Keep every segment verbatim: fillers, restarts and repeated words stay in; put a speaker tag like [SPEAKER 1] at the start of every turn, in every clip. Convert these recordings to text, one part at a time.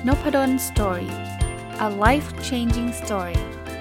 [SPEAKER 1] Nopadon Story. A life-changing story.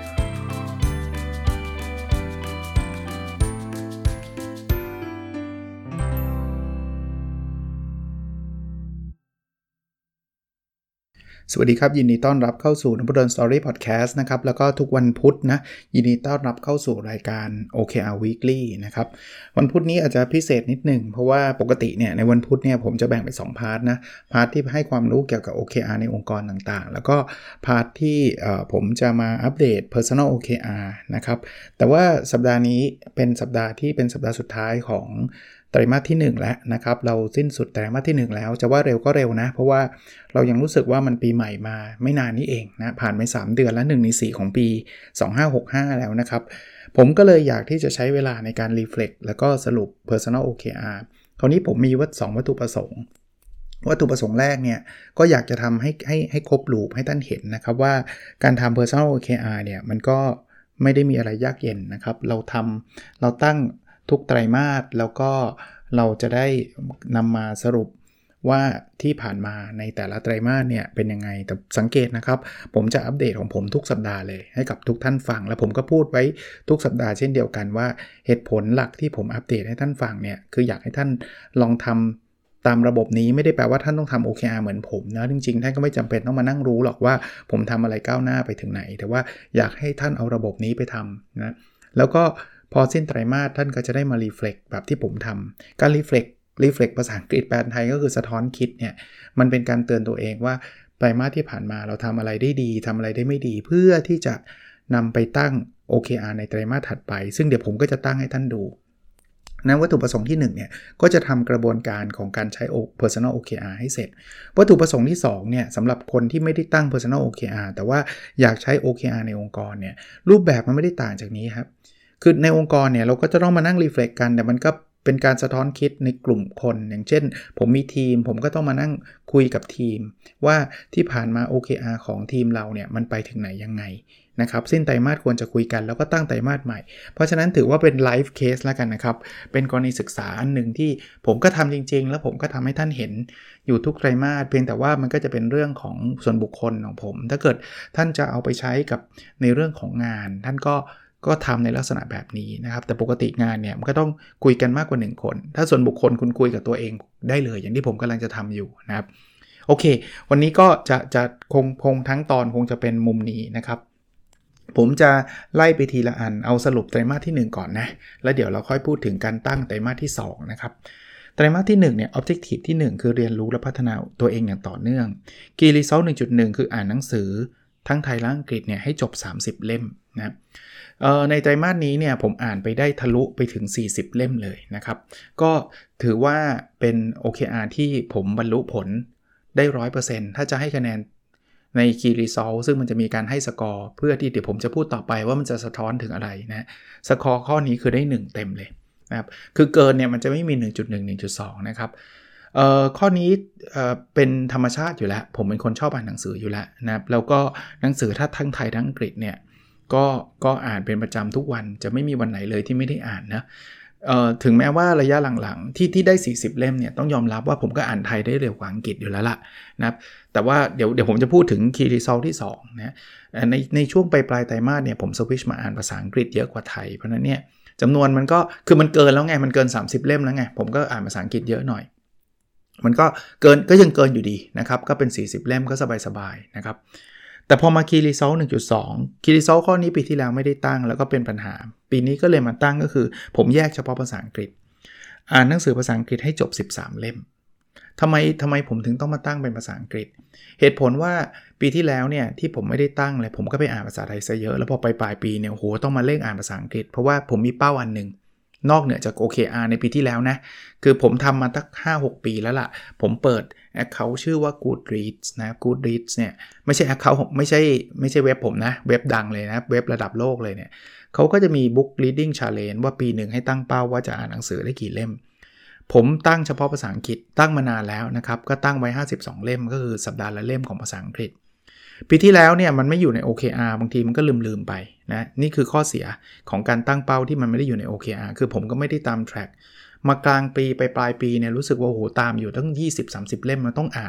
[SPEAKER 2] สวัสดีครับยินดีต้อนรับเข้าสู่ Nopadon Story Podcast นะครับแล้วก็ทุกวันพุธนะยินดีต้อนรับเข้าสู่รายการ โอ เค อาร์ Weekly นะครับวันพุธนี้อาจจะพิเศษนิดหนึ่งเพราะว่าปกติเนี่ยในวันพุธเนี่ยผมจะแบ่งเป็นสองพาร์ทนะพาร์ทที่ให้ความรู้เกี่ยวกับ โอ เค อาร์ ในองค์กรต่างๆแล้วก็พาร์ทที่เอ่อผมจะมาอัปเดต Personal โอ เค อาร์ นะครับแต่ว่าสัปดาห์นี้เป็นสัปดาห์ที่เป็นสัปดาห์สุดท้ายของไตรมาสที่หนึ่งแล้วนะครับเราสิ้นสุดไตรมาสที่หนึ่งแล้วจะว่าเร็วก็เร็วนะเพราะว่าเรายังรู้สึกว่ามันปีใหม่มาไม่นานนี้เองนะผ่านไปสามเดือนแล้วหนึ่งในสี่ของปีสองพันห้าร้อยหกสิบห้าแล้วนะครับผมก็เลยอยากที่จะใช้เวลาในการ reflect แล้วก็สรุป Personal โอ เค อาร์ คราวนี้ผมมีวัตถุสองวัตถุประสงค์วัตถุประสงค์แรกเนี่ยก็อยากจะทำให้ให้ให้ครบลูปให้ท่านเห็นนะครับว่าการทำ Personal โอ เค อาร์ เนี่ยมันก็ไม่ได้มีอะไรยากเย็นนะครับเราทำเราตั้งทุกไตรมาสแล้วก็เราจะได้นำมาสรุปว่าที่ผ่านมาในแต่ละไตรมาสเนี่ยเป็นยังไงแต่สังเกตนะครับผมจะอัปเดตของผมทุกสัปดาห์เลยให้กับทุกท่านฟังและผมก็พูดไว้ทุกสัปดาห์เช่นเดียวกันว่าเหตุผลหลักที่ผมอัปเดตให้ท่านฟังเนี่ยคืออยากให้ท่านลองทำตามระบบนี้ไม่ได้แปลว่าท่านต้องทำ โอ เค อาร์ เหมือนผมนะจริงๆท่านก็ไม่จำเป็นต้องมานั่งรู้หรอกว่าผมทำอะไรก้าวหน้าไปถึงไหนแต่ว่าอยากให้ท่านเอาระบบนี้ไปทำนะแล้วก็พอสิ้นไตรมาสท่านก็จะได้มารีเฟล็กแบบที่ผมทำการรีเฟล็กรีเฟล็กภาษาอังกฤษแปลไทยก็คือสะท้อนคิดเนี่ยมันเป็นการเตือนตัวเองว่าไตรมาสที่ผ่านมาเราทำอะไรได้ดีทำอะไรได้ไม่ดีเพื่อที่จะนำไปตั้ง โอ เค อาร์ ในไตรมาสถัดไปซึ่งเดี๋ยวผมก็จะตั้งให้ท่านดูนั้นวัตถุประสงค์ที่หนึ่งเนี่ยก็จะทำกระบวนการของการใช้ Personal โอ เค อาร์ ให้เสร็จวัตถุประสงค์ที่สองเนี่ยสำหรับคนที่ไม่ได้ตั้ง Personal โอ เค อาร์ แต่ว่าอยากใช้ โอ เค อาร์ ในองค์กรเนี่ยรูปแบบมันไม่ได้ต่างจากนี้ครับคือในองค์กรเนี่ยเราก็จะต้องมานั่งรีเฟล็กกันแต่มันก็เป็นการสะท้อนคิดในกลุ่มคนอย่างเช่นผมมีทีมผมก็ต้องมานั่งคุยกับทีมว่าที่ผ่านมา โอ เค อาร์ ของทีมเราเนี่ยมันไปถึงไหนยังไงนะครับสิ้นไตรมาสควรจะคุยกันแล้วก็ตั้งไตรมาสใหม่เพราะฉะนั้นถือว่าเป็นไลฟ์เคสแล้วกันนะครับเป็นกรณีศึกษาอันหนึ่งที่ผมก็ทำจริงๆแล้วผมก็ทำให้ท่านเห็นอยู่ทุกไตรมาสเพียงแต่ว่ามันก็จะเป็นเรื่องของส่วนบุคคลของผมถ้าเกิดท่านจะเอาไปใช้กับในเรื่องของงานท่านก็ก็ทำในลักษณะแบบนี้นะครับแต่ปกติงานเนี่ยมันก็ต้องคุยกันมากกว่าหนึ่งคนถ้าส่วนบุคคลคุณคุยกับตัวเองได้เลยอย่างที่ผมกำลังจะทำอยู่นะครับโอเควันนี้ก็จะจะคงคงทั้งตอนคงจะเป็นมุมนี้นะครับผมจะไล่ไปทีละอันเอาสรุปไตรมาสที่หนึ่งก่อนนะแล้วเดี๋ยวเราค่อยพูดถึงการตั้งไตรมาสที่สองนะครับไตรมาสที่หนึ่งเนี่ย objective ที่หนึ่งคือเรียนรู้และพัฒนาตัวเองอย่างต่อเนื่อง Key Result หนึ่งจุดหนึ่ง คืออ่านหนังสือทั้งไทยและอังกฤษเนี่ยให้จบสามสิบเล่มนะเอ่อในไตรมาสนี้เนี่ยผมอ่านไปได้ทะลุไปถึงสี่สิบเล่มเลยนะครับก็ถือว่าเป็น โอ เค อาร์ ที่ผมบรรลุผลได้ หนึ่งร้อยเปอร์เซ็นต์ ถ้าจะให้คะแนนใน Key Result ซึ่งมันจะมีการให้สกอร์เพื่อที่เดี๋ยวผมจะพูดต่อไปว่ามันจะสะท้อนถึงอะไรนะสกอร์ข้อนี้คือได้หนึ่งเต็มเลยนะครับคือเกินเนี่ยมันจะไม่มี หนึ่งจุดหนึ่ง หนึ่งจุดสอง นะครับเอ่อข้อนี้เอ่อเป็นธรรมชาติอยู่แล้วผมเป็นคนชอบอ่านหนังสืออยู่แล้วนะครับแล้วก็หนังสือถ้าทั้งไทยทั้งอังกฤษเนี่ยก็ก็อ่านเป็นประจำทุกวันจะไม่มีวันไหนเลยที่ไม่ได้อ่านนะเอ่อถึงแม้ว่าระยะหลังๆที่ที่ได้สี่สิบเล่มเนี่ยต้องยอมรับว่าผมก็อ่านไทยได้เร็วกว่าอังกฤษอยู่แล้วล่ะนะครับแต่ว่าเดี๋ยวเดี๋ยวผมจะพูดถึง Key Result ที่สองนะในในช่วงปลายปลายไตรมาสเนี่ยผมสวิตช์มาอ่านภาษาอังกฤษเยอะกว่าไทยเพราะนั้นเนี่ยจำนวนมันก็คือมันเกินแล้วไงมันเกินสามสิบเล่มแล้วไงผมก็อ่านภาษาอังกฤษเยอะหน่อยมันก็เกินก็ยังเกินอยู่ดีนะครับก็เป็นสี่สิบเล่มก็สบายๆนะครับแต่พอมา Key Result หนึ่งจุดสอง Key Result ข้อนี้ปีที่แล้วไม่ได้ตั้งแล้วก็เป็นปัญหาปีนี้ก็เลยมาตั้งก็คือผมแยกเฉพาะภาษาอังกฤษอ่านหนังสือภาษาอังกฤษให้จบสิบสามเล่มทำไมทำไมผมถึงต้องมาตั้งเป็นภาษาอังกฤษเหตุผลว่าปีที่แล้วเนี่ยที่ผมไม่ได้ตั้งเลยผมก็ไปอ่านภาษาไทยซะเยอะแล้วพอไปปลายปีเนี่ยโหต้องมาเร่งอ่านภาษาอังกฤษเพราะว่าผมมีเป้าอันนึงนอกเหนือจาก โอ เค อาร์ ในปีที่แล้วนะคือผมทำมาตั้ง ห้าหก ปีแล้วล่ะผมเปิด account ชื่อว่า Goodreads นะ Goodreads เนี่ยไม่ใช่ account ไม่ใช่ไม่ใช่เว็บผมนะเว็บดังเลยนะเว็บระดับโลกเลยเนี่ยเขาก็จะมี book reading challenge ว่าปีหนึ่งให้ตั้งเป้าว่าจะอ่านหนังสือได้กี่เล่มผมตั้งเฉพาะภาษาอังกฤษตั้งมานานแล้วนะครับก็ตั้งไว้ห้าสิบสองเล่มก็คือสัปดาห์ละเล่มของภาษาอังกฤษปีที่แล้วเนี่ยมันไม่อยู่ใน โอ เค อาร์ บางทีมันก็ลืมๆไปนะนี่คือข้อเสียของการตั้งเป้าที่มันไม่ได้อยู่ใน โอ เค อาร์ คือผมก็ไม่ได้ตาม track มากลางปีไปปลายปีเนี่ยรู้สึกว่าโอ้โหตามอยู่ตั้ง ยี่สิบถึงสามสิบ เล่มมันต้องอ่าน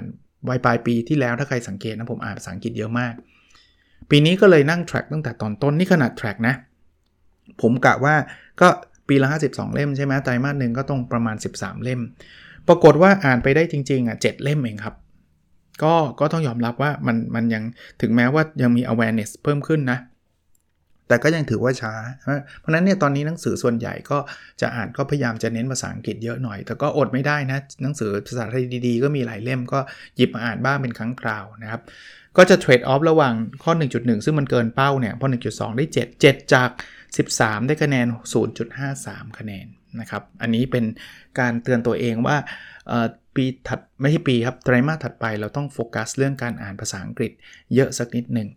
[SPEAKER 2] วัยปลายปีที่แล้วถ้าใครสังเกตนะผมอ่านภาษาอังกฤษเยอะมากปีนี้ก็เลยนั่ง track ตั้งแต่ตอนต้นนี่ขนาด track นะผมกะว่าก็ปีละห้าสิบสองเล่มใช่ไหมไตรมาสนึงก็ต้องประมาณสิบสามเล่มปรากฏว่าอ่านไปได้จริงๆอ่ะเจ็ดเล่มเองครับก็ก็ต้องยอมรับว่ามันมันยังถึงแม้ว่ายังมี awareness เพิ่มขึ้นนะแต่ก็ยังถือว่าช้าเพราะนั้นเนี่ยตอนนี้หนังสือส่วนใหญ่ก็จะอ่านก็พยายามจะเน้นภาษาอังกฤษเยอะหน่อยแต่ก็อดไม่ได้นะหนังสือภาษาไทยดีๆก็มีหลายเล่มก็หยิบมาอ่านบ้างเป็นครั้งคราวนะครับก็จะเทรดออฟระหว่างข้อ หนึ่งจุดหนึ่ง ซึ่งมันเกินเป้าเนี่ยพอ หนึ่งจุดสอง ได้เจ็ด เจ็ดจากสิบสามได้คะแนน ศูนย์จุดห้าสาม คะแนนนะครับอันนี้เป็นการเตือนตัวเองว่าปีถัดไม่ใช่ปีครับไตรมาสถัดไปเราต้องโฟกัสเรื่องการอ่านภาษาอังกฤษเยอะสักนิดนึง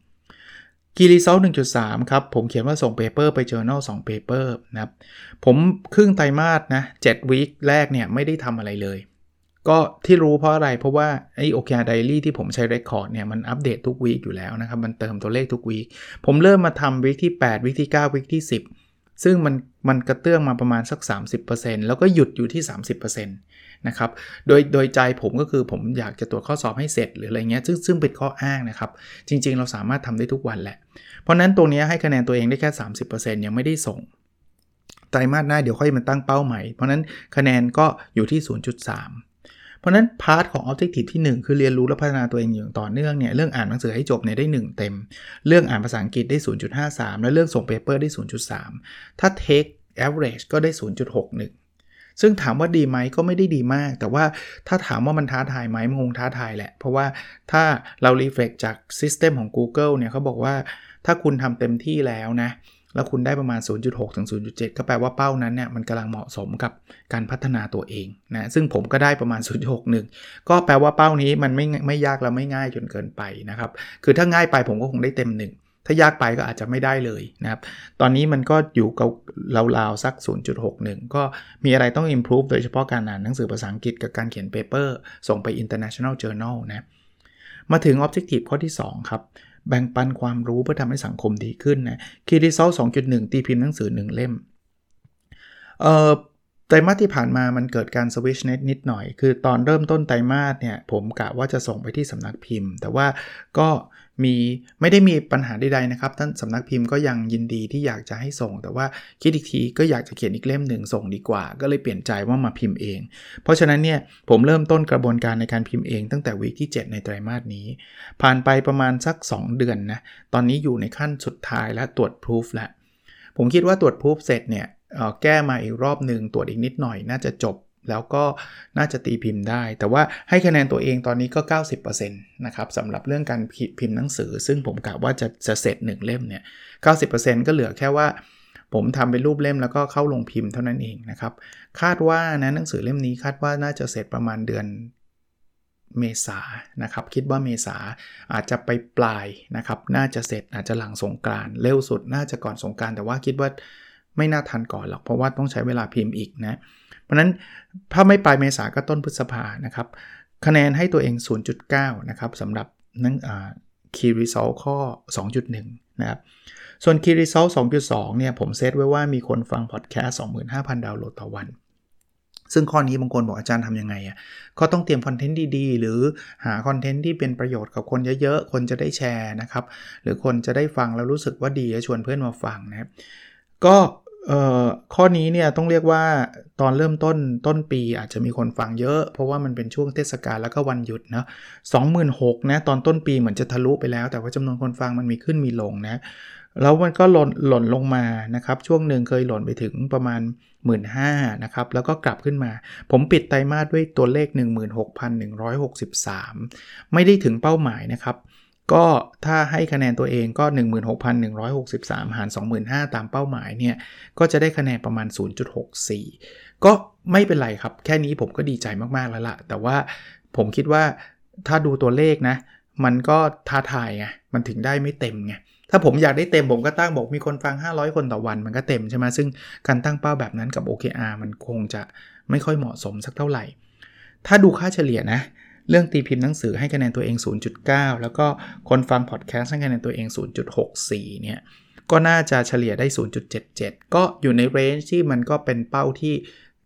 [SPEAKER 2] Key Result หนึ่งจุดสาม ครับผมเขียนว่าส่งเปเปอร์ไป Journal สองเปเปอร์นะครับผมครึ่งไตรมาสนะเจ็ดวีคแรกเนี่ยไม่ได้ทำอะไรเลยก็ที่รู้เพราะอะไรเพราะว่าไอ้ โอ เค อาร์ Diary ที่ผมใช้ Record เนี่ยมันอัปเดตทุกวีคอยู่แล้วนะครับมันเติมตัวเลขทุกวีคผมเริ่มมาทำวีคที่แปดวีคที่เก้าวีคที่สิบซึ่งมันมันกระเตื้องมาประมาณสัก สามสิบเปอร์เซ็นต์ แล้วก็หยุดอยู่ที่ สามสิบเปอร์เซ็นต์ นะครับโดยโดยใจผมก็คือผมอยากจะตรวจข้อสอบให้เสร็จหรืออะไรเงี้ยซึ่งซึ่งเป็นข้ออ้างนะครับจริงๆเราสามารถทำได้ทุกวันแหละเพราะนั้นตรงนี้ให้คะแนนตัวเองได้แค่ สามสิบเปอร์เซ็นต์ ยังไม่ได้ส่งไตรมาสหน้าเดี๋ยวค่อยมาตั้งเป้าใหม่เพราะนั้นคะแนนก็อยู่ที่ ศูนย์จุดสาม เพราะนั้นพาร์ทของ Objective ที่หนึ่งคือเรียนรู้และพัฒนาตัวเองอย่างต่อเนื่องเนี่ยเรื่องอ่านหนังสือให้จบเนี่ยได้หนึ่งเต็มเรื่องอ่านภาษาอังกฤษได้ ศูนย์จุดห้าสาม และเรื่องส่งเปเปอร์ได้ ศูนย์จุดสาม ถ้า Take Average ก็ได้ ศูนย์จุดหกหนึ่ง ซึ่งถามว่าดีไหมก็ไม่ได้ดีมากแต่ว่าถ้าถามว่ามันท้าทายไหมมันคงท้าทายแหละเพราะว่าถ้าเรา reflect จาก system ของ Google เนี่ยเขาบอกว่าถ้าคุณทำเต็มที่แล้วนะแล้วคุณได้ประมาณ ศูนย์จุดหก ถึง ศูนย์จุดเจ็ด ก็แปลว่าเป้านั้นเนี่ยมันกำลังเหมาะสมกับการพัฒนาตัวเองนะซึ่งผมก็ได้ประมาณ ศูนย์จุดหกหนึ่ง ก็แปลว่าเป้านี้มันไม่ไม่ยากและไม่ง่ายจนเกินไปนะครับคือถ้าง่ายไปผมก็คงได้เต็มหนึ่งถ้ายากไปก็อาจจะไม่ได้เลยนะครับตอนนี้มันก็อยู่กับราวๆสัก ศูนย์จุดหกหนึ่ง ก็มีอะไรต้อง improve โดยเฉพาะการอ่านหนังสือภาษาอังกฤษกับการเขียน paper ส่งไป international journal นะมาถึง objective ข้อที่สองครับแบ่งปันความรู้เพื่อทำให้สังคมดีขึ้นนะ Key Result สองจุดหนึ่ง ตีพิมพ์หนังสือหนึ่งเล่มเอ่อไตรมาสที่ผ่านมามันเกิดการสวิตช์เน็ตนิดหน่อยคือตอนเริ่มต้นไตรมาสเนี่ยผมกะว่าจะส่งไปที่สำนักพิมพ์แต่ว่าก็มีไม่ได้มีปัญหาใดๆนะครับท่านสำนักพิมพ์ก็ยังยินดีที่อยากจะให้ส่งแต่ว่าคิดอีกทีก็อยากจะเขียนอีกเล่มหนึ่งส่งดีกว่าก็เลยเปลี่ยนใจว่ามาพิมพ์เองเพราะฉะนั้นเนี่ยผมเริ่มต้นกระบวนการในการพิมพ์เองตั้งแต่วีคที่เจ็ดในไตรมาสนี้ผ่านไปประมาณสักสองเดือนนะตอนนี้อยู่ในขั้นสุดท้ายและตรวจพิสูจน์แล้วผมคิดว่าตรวจพิสูจน์เสร็จเนี่ยแก้มาอีกรอบนึงตรวจอีกนิดหน่อยน่าจะจบแล้วก็น่าจะตีพิมพ์ได้แต่ว่าให้คะแนนตัวเองตอนนี้ก็ เก้าสิบเปอร์เซ็นต์ นะครับสำหรับเรื่องการพิมพ์หนังสือซึ่งผมกะว่าจะจะเสร็จหนึ่งเล่มเนี่ย เก้าสิบเปอร์เซ็นต์ ก็เหลือแค่ว่าผมทำเป็นรูปเล่มแล้วก็เข้าลงพิมพ์เท่านั้นเองนะครับคาดว่านะหนังสือเล่มนี้คาดว่าน่าจะเสร็จประมาณเดือนเมษานะครับคิดว่าเมษาอาจจะไปปลายนะครับน่าจะเสร็จอาจจะหลังสงกรานต์เร็วสุดน่าจะก่อนสงกรานต์แต่ว่าคิดว่าไม่น่าทันก่อนหรอกเพราะว่าต้องใช้เวลาพิมพ์อีกนะเพราะนั้นถ้าไม่ปลายเมษาก็ต้นพฤษภานะครับคะแนนให้ตัวเอง ศูนย์จุดเก้า นะครับสำหรับนั่งอ่า Key Result ข้อ สองจุดหนึ่ง นะครับส่วน Key Result สองจุดสอง เนี่ยผมเซตไว้ว่ามีคนฟังพอดแคสต์ สองหมื่นห้าพัน ดาวน์โหลดต่อวันซึ่งข้อนี้บางคนบอกอาจารย์ทำยังไงอ่ะก็ต้องเตรียมคอนเทนต์ดีๆหรือหาคอนเทนต์ที่เป็นประโยชน์กับคนเยอะๆคนจะได้แชร์นะครับหรือคนจะได้ฟังแล้วรู้สึกว่าดีชวนเพื่อนมาฟังนะครับก็เอ่อข้อนี้เนี่ยต้องเรียกว่าตอนเริ่มต้นต้นปีอาจจะมีคนฟังเยอะเพราะว่ามันเป็นช่วงเทศกาลแล้วก็วันหยุดนะ สองหมื่นหกพัน นะตอนต้นปีเหมือนจะทะลุไปแล้วแต่ว่าจำนวนคนฟังมันมีขึ้นมีลงนะแล้วมันก็หล่นหล่นลงมานะครับช่วงหนึ่งเคยหล่นไปถึงประมาณ หนึ่งหมื่นห้าพัน นะครับแล้วก็กลับขึ้นมาผมปิดไตรมาสด้วยตัวเลข หนึ่งหมื่นหกพันหนึ่งร้อยหกสิบสาม ไม่ได้ถึงเป้าหมายนะครับก็ถ้าให้คะแนนตัวเองก็ หนึ่งหมื่นหกพันหนึ่งร้อยหกสิบสาม หาร สองหมื่นห้าพัน ตามเป้าหมายเนี่ยก็จะได้คะแนนประมาณ ศูนย์จุดหกสี่ ก็ไม่เป็นไรครับแค่นี้ผมก็ดีใจมากๆแล้วล่ะแต่ว่าผมคิดว่าถ้าดูตัวเลขนะมันก็ท้าทายไงมันถึงได้ไม่เต็มไงถ้าผมอยากได้เต็มผมก็ตั้งบอกมีคนฟังห้าร้อยคนต่อวันมันก็เต็มใช่ไหมซึ่งการตั้งเป้าแบบนั้นกับ โอ เค อาร์ มันคงจะไม่ค่อยเหมาะสมสักเท่าไหร่ถ้าดูค่าเฉลี่ยนะเรื่องตีพิมพ์หนังสือให้คะแนนตัวเอง ศูนย์จุดเก้า แล้วก็คนฟังพอดแคสต์ให้คะแนนตัวเอง ศูนย์จุดหกสี่ เนี่ยก็น่าจะเฉลี่ยได้ ศูนย์จุดเจ็ดเจ็ด ก็อยู่ในเรนจ์ที่มันก็เป็นเป้าที่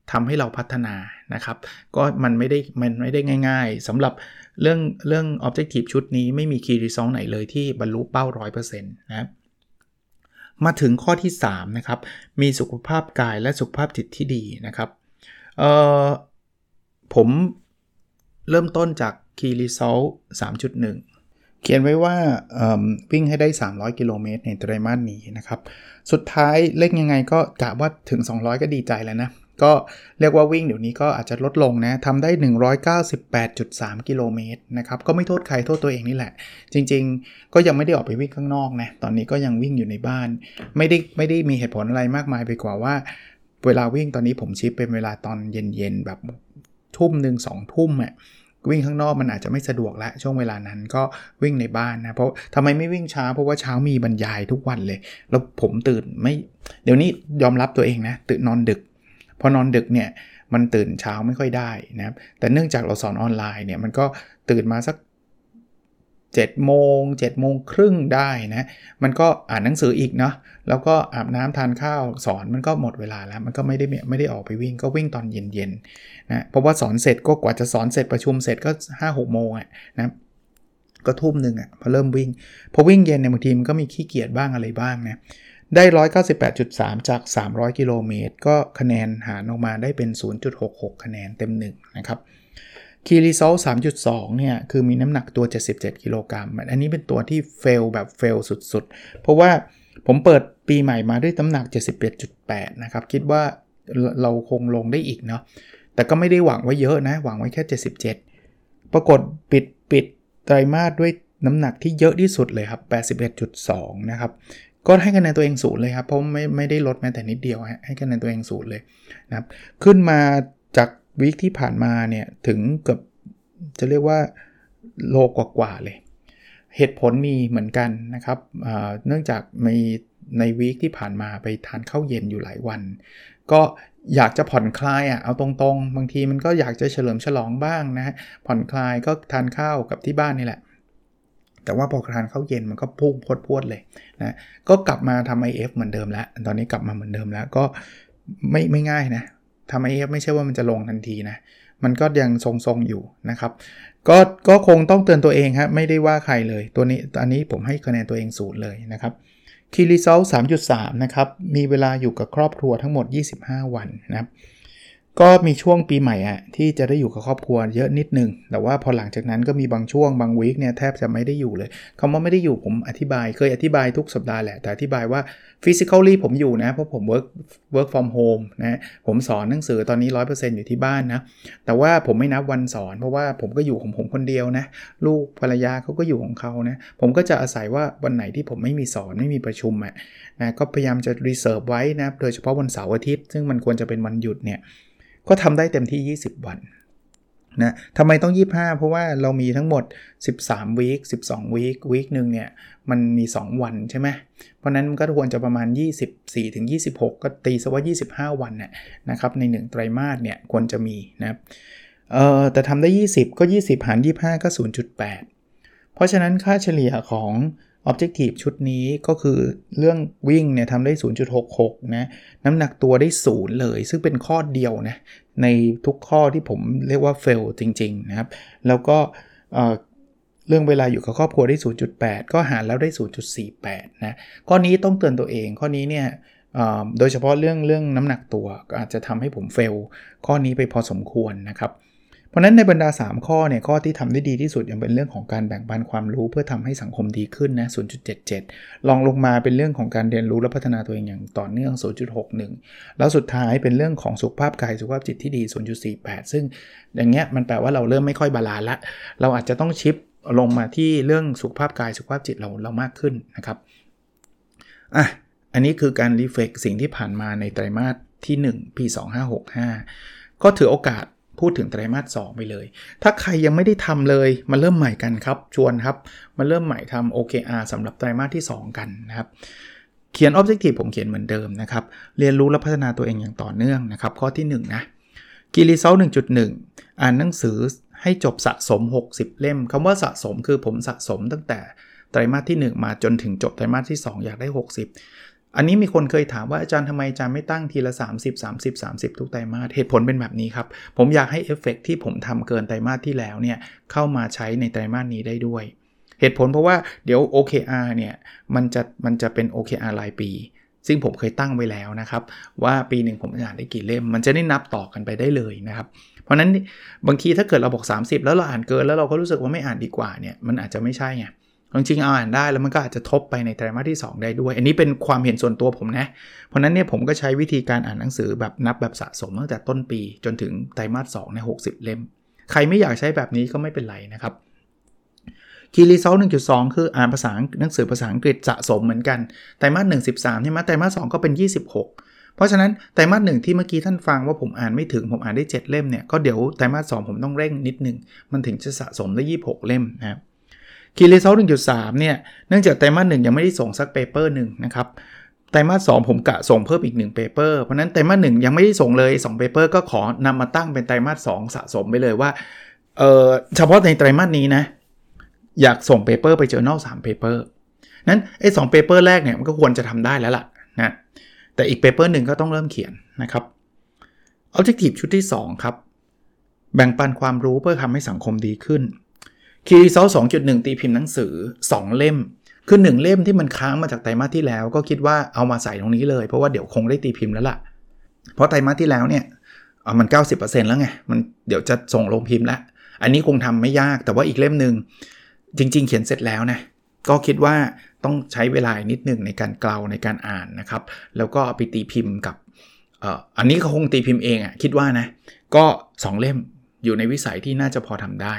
[SPEAKER 2] ทำให้เราพัฒนานะครับก็มันไม่ได้มันไม่ได้ง่ายๆสำหรับเรื่องเรื่อง objective ชุดนี้ไม่มี key result ไหนเลยที่บรรลุเป้า ร้อยเปอร์เซ็นต์ นะครับมาถึงข้อที่สามนะครับมีสุขภาพกายและสุขภาพจิตที่ดีนะครับเอ่อผมเริ่มต้นจาก key result สามจุดหนึ่ง เขียนไว้ว่าวิ่งให้ได้สามร้อยกิโลเมตรในไตรมาสนี้นะครับสุดท้ายเล่นยังไงก็กะว่าถึงสองร้อยก็ดีใจแล้วนะก็เรียกว่าวิ่งเดี๋ยวนี้ก็อาจจะลดลงนะทำได้ หนึ่งร้อยเก้าสิบแปดจุดสาม กิโลเมตรนะครับก็ไม่โทษใครโทษตัวเองนี่แหละจริงๆก็ยังไม่ได้ออกไปวิ่งข้างนอกนะตอนนี้ก็ยังวิ่งอยู่ในบ้านไม่ได้ไม่ได้มีเหตุผลอะไรมากมายไปกว่าว่าเวลาวิ่งตอนนี้ผมชิปเป็นเวลาตอนเย็นๆแบบทุ่มนึง สองทุ่มอ่ะวิ่งข้างนอกมันอาจจะไม่สะดวกละช่วงเวลานั้นก็วิ่งในบ้านนะเพราะทำไมไม่วิ่งเช้าเพราะว่าเช้ามีบรรยายทุกวันเลยแล้วผมตื่นไม่เดี๋ยวนี้ยอมรับตัวเองนะตื่นนอนดึกพอนอนดึกเนี่ยมันตื่นเช้าไม่ค่อยได้นะครับแต่เนื่องจากเราสอนออนไลน์เนี่ยมันก็ตื่นมาสักเจ็ดโมง เจ็ดโมงครึ่งได้นะมันก็อ่านหนังสืออีกเนาะแล้วก็อาบน้ำทานข้าวสอนมันก็หมดเวลาแล้วมันก็ไม่ได้ไม่ได้ออกไปวิ่งก็วิ่งตอนเย็นๆนะเพราะว่าสอนเสร็จก็กว่าจะสอนเสร็จประชุมเสร็จก็ ห้าหก โมงอ่ะนะก็ทุ่มนึงอ่ะพอเริ่มวิ่งพอวิ่งเย็นเนี่ยบางทีมันก็มีขี้เกียจบ้างอะไรบ้างนะได้ หนึ่งร้อยเก้าสิบแปดจุดสาม จากสามร้อยกิโลเมตรก็คะแนนหารออกมาได้เป็น ศูนย์จุดหกหก คะแนนเต็มหนึ่งนะครับKey Result สามจุดสอง เนี่ยคือมีน้ำหนักตัวเจ็ดสิบเจ็ดกิโลกรัมอันนี้เป็นตัวที่เฟลแบบเฟลสุดๆเพราะว่าผมเปิดปีใหม่มาด้วยน้ำหนัก เจ็ดสิบเอ็ดจุดแปด นะครับคิดว่าเราคงลงได้อีกเนาะแต่ก็ไม่ได้หวังไว้เยอะนะหวังไว้แค่เจ็ดสิบเจ็ดปรากฏปิดปิดไตรมาสด้วยน้ำหนักที่เยอะที่สุดเลยครับ แปดสิบเอ็ดจุดสอง นะครับก็ให้คะแนนตัวเองศูนย์เลยครับเพราะไม่ไม่ได้ลดแม้แต่นิดเดียวให้คะแนนตัวเองศูนย์เลยนะครับขึ้นมาจากวีคที่ผ่านมาเนี่ยถึงเกือบจะเรียกว่าโลกว่าๆเลยเหตุผลมีเหมือนกันนะครับเนื่องจากมีในวีคที่ผ่านมาไปทานข้าวเย็นอยู่หลายวันก็อยากจะผ่อนคลายอ่ะเอาตรงๆบางทีมันก็อยากจะเฉลิมฉลองบ้างนะผ่อนคลายก็ทานข้าวกับที่บ้านนี่แหละแต่ว่าพอทานข้าวเย็นมันก็พุ่งพรวดๆเลยนะก็กลับมาทำ ไอ เอฟ เหมือนเดิมแล้วตอนนี้กลับมาเหมือนเดิมแล้วก็ไม่ไม่ง่ายนะทำ ไอ เอฟ ไม่ใช่ว่ามันจะลงทันทีนะมันก็ยังทรงๆอยู่นะครับก็ก็คงต้องเตือนตัวเองครับไม่ได้ว่าใครเลยตัวนี้อันนี้ผมให้คะแนนตัวเองศูนย์เลยนะครับ Key Result สามจุดสาม นะครับมีเวลาอยู่กับครอบครัวทั้งหมดยี่สิบห้าวันนะครับก็มีช่วงปีใหม่อ่ะที่จะได้อยู่กับครอบครัวเยอะนิดนึงแต่ว่าพอหลังจากนั้นก็มีบางช่วงบางวีคเนี่ยแทบจะไม่ได้อยู่เลยคำว่าไม่ได้อยู่ผมอธิบายเคยอธิบายทุกสัปดาห์แหละแต่อธิบายว่า physically ผมอยู่นะเพราะผม work work from home นะผมสอนหนังสือตอนนี้ ร้อยเปอร์เซ็นต์ อยู่ที่บ้านนะแต่ว่าผมไม่นับวันสอนเพราะว่าผมก็อยู่ของผมคนเดียวนะลูกภรรยาเขาก็อยู่ของเขานะผมก็จะอาศัยว่าวันไหนที่ผมไม่มีสอนไม่มีประชุมอ่ะนะก็พยายามจะ reserve ไว้นะโดยเฉพาะวันเสาร์อาทิตย์ซึ่งมันควรจะเป็นวันหยุดเนี่ยก็ทำได้เต็มที่ยี่สิบวันนะทำไมต้องยี่สิบห้าเพราะว่าเรามีทั้งหมดสิบสามวีคสิบสองวีควีคนึงเนี่ยมันมีสองวันใช่ไหมเพราะนั้นมันก็ควรจะประมาณยี่สิบสี่ถึงยี่สิบหกก็ตีซะว่ายี่สิบห้าวันน่ะนะครับในหนึ่งไตรมาสเนี่ยควรจะมีนะครับเอ่อแต่ทำได้ยี่สิบก็ยี่สิบหารยี่สิบห้าก็ ศูนย์จุดแปด เพราะฉะนั้นค่าเฉลี่ยของ Objective ชุดนี้ก็คือเรื่องวิ่งเนี่ยทำได้ ศูนย์จุดหกหก นะน้ำหนักตัวได้ศูนย์เลยซึ่งเป็นข้อเดียวนะในทุกข้อที่ผมเรียกว่า fail จริงๆนะครับแล้วก็เอ่อเรื่องเวลาอยู่กับครอบครัวได้ ศูนย์จุดแปด ก็หารแล้วได้ ศูนย์จุดสี่แปด นะข้อนี้ต้องเตือนตัวเองข้อนี้เนี่ยโดยเฉพาะเรื่องเรื่องน้ำหนักตัวก็อาจจะทำให้ผม fail ข้อนี้ไปพอสมควรนะครับเพราะนั้นในบรรดาสามข้อเนี่ยข้อที่ทำได้ดีที่สุดยังเป็นเรื่องของการแบ่งปันความรู้เพื่อทำให้สังคมดีขึ้นนะ ศูนย์จุดเจ็ดเจ็ด ลองลงมาเป็นเรื่องของการเรียนรู้และพัฒนาตัวเองอย่างต่อเนื่อง ศูนย์จุดหกหนึ่ง แล้วสุดท้ายเป็นเรื่องของสุขภาพกายสุขภาพจิตที่ดี ศูนย์จุดสี่แปด ซึ่งอย่างเงี้ยมันแปลว่าเราเริ่มไม่ค่อยบาลานซ์ละเราอาจจะต้องชิปลงมาที่เรื่องสุขภาพกายสุขภาพจิตเราเรามากขึ้นนะครับอ่ะอันนี้คือการรีเฟล็กสิ่งที่ผ่านมาในไตรมาสที่หนึ่งปี สองพันห้าร้อยหกสิบห้าก็ถือโอกาสพูดถึงไตรมาสสองไปเลยถ้าใครยังไม่ได้ทำเลยมาเริ่มใหม่กันครับชวนครับมาเริ่มใหม่ทำ โอ เค อาร์ สำหรับไตรมาสที่สองกันนะครับเขียน Objective ผมเขียนเหมือนเดิมนะครับเรียนรู้และพัฒนาตัวเองอย่างต่อเนื่องนะครับข้อที่หนึ่งนะ Key Result หนึ่งจุดหนึ่ง อ่านหนังสือให้จบสะสมหกสิบเล่มคำว่าสะสมคือผมสะสมตั้งแต่ไตรมาสที่หนึ่งมาจนถึงจบไตรมาสที่สองอยากได้หกสิบอันนี้มีคนเคยถามว่าอาจารย์ทำไมอาจารย์ไม่ตั้งทีละสามสิบ สามสิบ สามสิบทุกไตรมาสเหตุผลเป็นแบบนี้ครับผมอยากให้เอฟเฟกต์ที่ผมทำเกินไตรมาสที่แล้วเนี่ยเข้ามาใช้ในไตรมาสนี้ได้ด้วยเหตุผลเพราะว่าเดี๋ยว โอ เค อาร์ เนี่ยมันจะมันจะเป็น โอ เค อาร์ รายปีซึ่งผมเคยตั้งไว้แล้วนะครับว่าปีหนึ่งผมจะอ่านได้กี่เล่มมันจะได้นับต่อกันไปได้เลยนะครับเพราะนั้นบางทีถ้าเกิดเราบอกสามสิบแล้วเราอ่านเกินแล้วเราก็รู้สึกว่าไม่อ่านดีกว่าเนี่ยมันอาจจะไม่ใช่ไงจริงๆเอาอ่านได้แล้วมันก็อาจจะทบไปในไตรมาสที่สองได้ด้วยอันนี้เป็นความเห็นส่วนตัวผมนะเพราะนั้นเนี่ยผมก็ใช้วิธีการอ่านหนังสือแบบนับแบบสะสมตั้งแต่ต้นปีจนถึงไตรมาสสองในหกสิบเล่มใครไม่อยากใช้แบบนี้ก็ไม่เป็นไรนะครับKey Result หนึ่งจุดสอง คืออ่านภาษาหนังสือภาษาอังกฤษสะสมเหมือนกันไตรมาสหนึ่ง สิบสามใช่มั้ยไตรมาสสองก็เป็นยี่สิบหกเพราะฉะนั้นไตรมาสหนึ่งที่เมื่อกี้ท่านฟังว่าผมอ่านไม่ถึงผมอ่านได้เจ็ดเล่มเนี่ยก็เดี๋ยวไตรมาสสองผมต้องเร่งนิดนึงมันถึงจะสะสมได้ยี่สิบหกเล่มนะครับKey Result หนึ่งจุดสาม เนี่ยเนื่องจากไตรมาสหนึ่งยังไม่ได้ส่งสักเปเปอร์นึงนะครับไตรมาสสองผมกะส่งเพิ่มอีกหนึ่งเปเปอร์เพราะนั้นไตรมาสหนึ่งยังไม่ได้ส่งเลยสองเปเปอร์ก็ขอนำมาตั้งเป็นไตรมาสสองสะสมไปเลยว่าเอ่อเฉพาะในไตรมาสนี้นะอยากส่งเปเปอร์ไป Journal สามเปเปอร์นั้นไอ้สองเปเปอร์แรกเนี่ยมันก็ควรจะทำได้แล้วล่ะนะแต่อีกเปเปอร์นึงก็ต้องเริ่มเขียนนะครับ Objective ชุดที่สองครับแบ่งปันความรู้เพื่อทำให้สังคมดีขึ้นKey Result สองจุดหนึ่ง ตีพิมพ์หนังสือสองเล่มคือหนึ่งเล่มที่มันค้างมาจากไตรมาสที่แล้วก็คิดว่าเอามาใส่ตรงนี้เลยเพราะว่าเดี๋ยวคงได้ตีพิมพ์แล้วล่ะเพราะไตรมาสที่แล้วเนี่ยเอามัน เก้าสิบเปอร์เซ็นต์ แล้วไงมันเดี๋ยวจะส่งลงพิมพ์แล้วอันนี้คงทำไม่ยากแต่ว่าอีกเล่มนึงจริงๆเขียนเสร็จแล้วนะก็คิดว่าต้องใช้เวลานิดนึงในการเกลาในการอ่านนะครับแล้วก็เอาไปตีพิมพ์กับเอ่ออันนี้ก็คงตีพิมพ์เองอ่ะคิดว่านะก็สองเล่มอยู่ในวิสัยที่น่าจะพอทำได้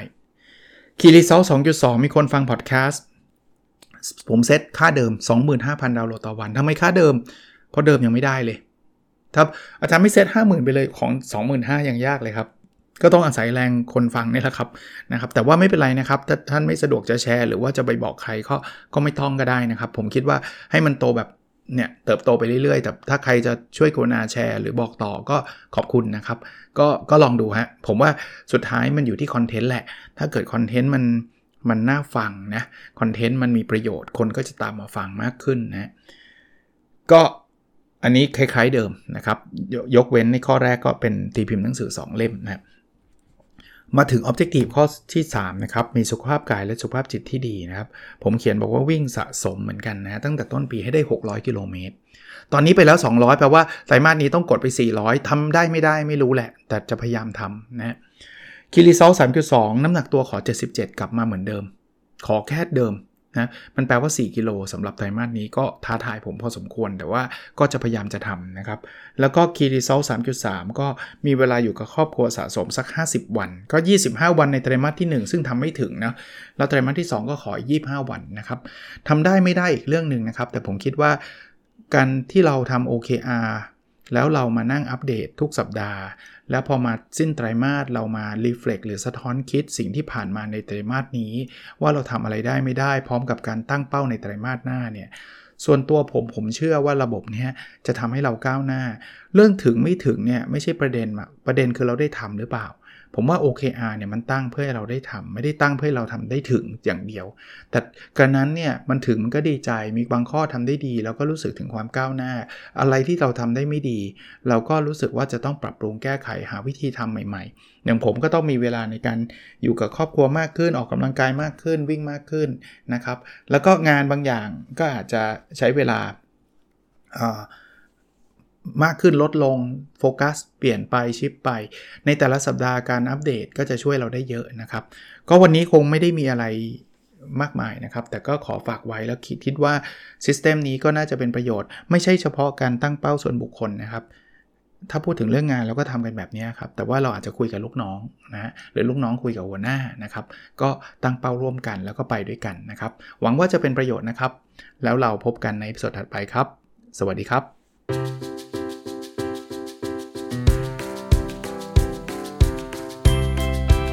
[SPEAKER 2] Key Result สองจุดสอง มีคนฟังพอดแคสต์ผมเซตค่าเดิม สองหมื่นห้าพัน ดาวน์โหลดต่อวันทำไมค่าเดิมเพราะเดิมยังไม่ได้เลยถ้าอาจารย์ไม่เซต ห้าหมื่น ไปเลยของ สองหมื่นห้าพัน ยังยากเลยครับก็ต้องอาศัยแรงคนฟังนี่แหละครับนะครับแต่ว่าไม่เป็นไรนะครับถ้าท่านไม่สะดวกจะแชร์หรือว่าจะไปบอกใครก็ก็ไม่ต้องก็ได้นะครับผมคิดว่าให้มันโตแบบเนี่ยเติบโตไปเรื่อยๆแต่ถ้าใครจะช่วยกรุณาแชร์หรือบอกต่อก็ขอบคุณนะครับก็ก็ลองดูฮะผมว่าสุดท้ายมันอยู่ที่คอนเทนต์แหละถ้าเกิดคอนเทนต์มันมันน่าฟังนะคอนเทนต์มันมีประโยชน์คนก็จะตามมาฟังมากขึ้นนะก็อันนี้คล้ายๆเดิมนะครับยกเว้นในข้อแรกก็เป็นตีพิมพ์หนังสือสองเล่มนะมาถึง Objective ข้อที่สามนะครับมีสุขภาพกายและสุขภาพจิตที่ดีนะครับผมเขียนบอกว่าวิ่งสะสมเหมือนกันนะตั้งแต่ต้นปีให้ได้หกร้อยกิโลเมตรตอนนี้ไปแล้วสองร้อยแปลว่าไตรมาสนี้ต้องกดไปสี่ร้อยทำได้ไม่ได้ไม่รู้แหละแต่จะพยายามทำนะ Key Result สามจุดสอง น้ำหนักตัวขอเจ็ดสิบเจ็ดกลับมาเหมือนเดิมขอแค่เดิมนะมันแปลว่าสี่กิโลสำหรับไตรมาสนี้ก็ท้าทายผมพอสมควรแต่ว่าก็จะพยายามจะทำนะครับแล้วก็ Key Result สามจุดสาม ก็มีเวลาอยู่กับครอบครัวสะสมสักห้าสิบวันก็ยี่สิบห้าวันในไตรมาสที่หนึ่งซึ่งทำไม่ถึงนะแล้วไตรมาสที่สองก็ขอยี่สิบห้าวันนะครับทำได้ไม่ได้อีกเรื่องนึงนะครับแต่ผมคิดว่าการที่เราทำ โอ เค อาร์ แล้วเรามานั่งอัปเดตทุกสัปดาห์แล้วพอมาสิ้นไตรมาสเรามารีเฟล็กหรือสะท้อนคิดสิ่งที่ผ่านมาในไตรมาสนี้ว่าเราทำอะไรได้ไม่ได้พร้อมกับการตั้งเป้าในไตรมาสหน้าเนี่ยส่วนตัวผมผมเชื่อว่าระบบนี้จะทำให้เราก้าวหน้าเรื่องถึงไม่ถึงเนี่ยไม่ใช่ประเด็นประเด็นคือเราได้ทำหรือเปล่าผมว่า โอ เค อาร์ เนี่ยมันตั้งเพื่อให้เราได้ทำไม่ได้ตั้งเพื่อให้เราทำได้ถึงอย่างเดียวแต่กระนั้นเนี่ยมันถึงมันก็ดีใจมีบางข้อทำได้ดีแล้วก็รู้สึกถึงความก้าวหน้าอะไรที่เราทำได้ไม่ดีเราก็รู้สึกว่าจะต้องปรับปรุงแก้ไขหาวิธีทำใหม่ๆอย่างผมก็ต้องมีเวลาในการอยู่กับครอบครัวมากขึ้นออกกำลังกายมากขึ้นวิ่งมากขึ้นนะครับแล้วก็งานบางอย่างก็อาจจะใช้เวลาอ่ามากขึ้นลดลงโฟกัสเปลี่ยนไปชิปไปในแต่ละสัปดาห์การอัปเดตก็จะช่วยเราได้เยอะนะครับก็วันนี้คงไม่ได้มีอะไรมากมายนะครับแต่ก็ขอฝากไว้แล้วคิดคิดว่าซิสเต็มนี้ก็น่าจะเป็นประโยชน์ไม่ใช่เฉพาะการตั้งเป้าส่วนบุคคลนะครับถ้าพูดถึงเรื่องงานเราก็ทำกันแบบนี้ครับแต่ว่าเราอาจจะคุยกับลูกน้องนะหรือลูกน้องคุยกับหัวหน้านะครับก็ตั้งเป้าร่วมกันแล้วก็ไปด้วยกันนะครับหวังว่าจะเป็นประโยชน์นะครับแล้วเราพบกันในอีพิโซดถัดไปครับสวัสดีครับ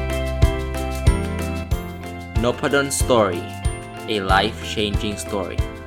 [SPEAKER 3] Nopadon Story, a life-changing story.